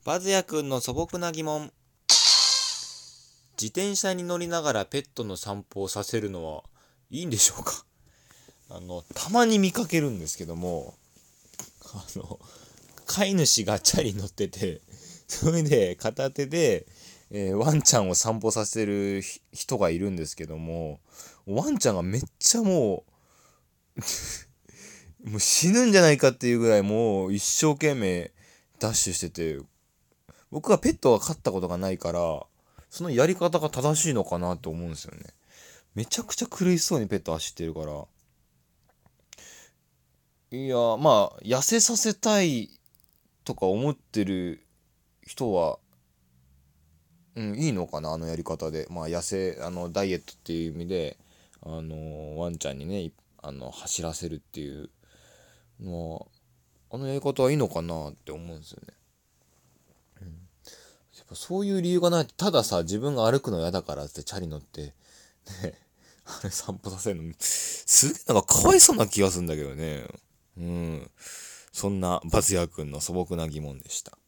バズヤ君の素朴な疑問。自転車に乗りながらペットの散歩をさせるのはいいんでしょうか？たまに見かけるんですけども、飼い主がチャリ乗ってて、それで片手で、ワンちゃんを散歩させる人がいるんですけども、ワンちゃんがめっちゃもう死ぬんじゃないかっていうぐらいもう一生懸命ダッシュしてて、僕はペットは飼ったことがないから、そのやり方が正しいのかなって思うんですよね。めちゃくちゃ苦しそうにペット走ってるから。いや、まあ、痩せさせたいとか思ってる人は、いいのかな、あのやり方で。まあ、ダイエットっていう意味で、ワンちゃんにね、走らせるっていうのは、あのやり方はいいのかなって思うんですよね。やっぱそういう理由がないと、たださ、自分が歩くの嫌だからってチャリ乗って、ね、あれ散歩させるの、すげえなんかかわいそうな気がするんだけどね。うん。そんなバズヤ君の素朴な疑問でした。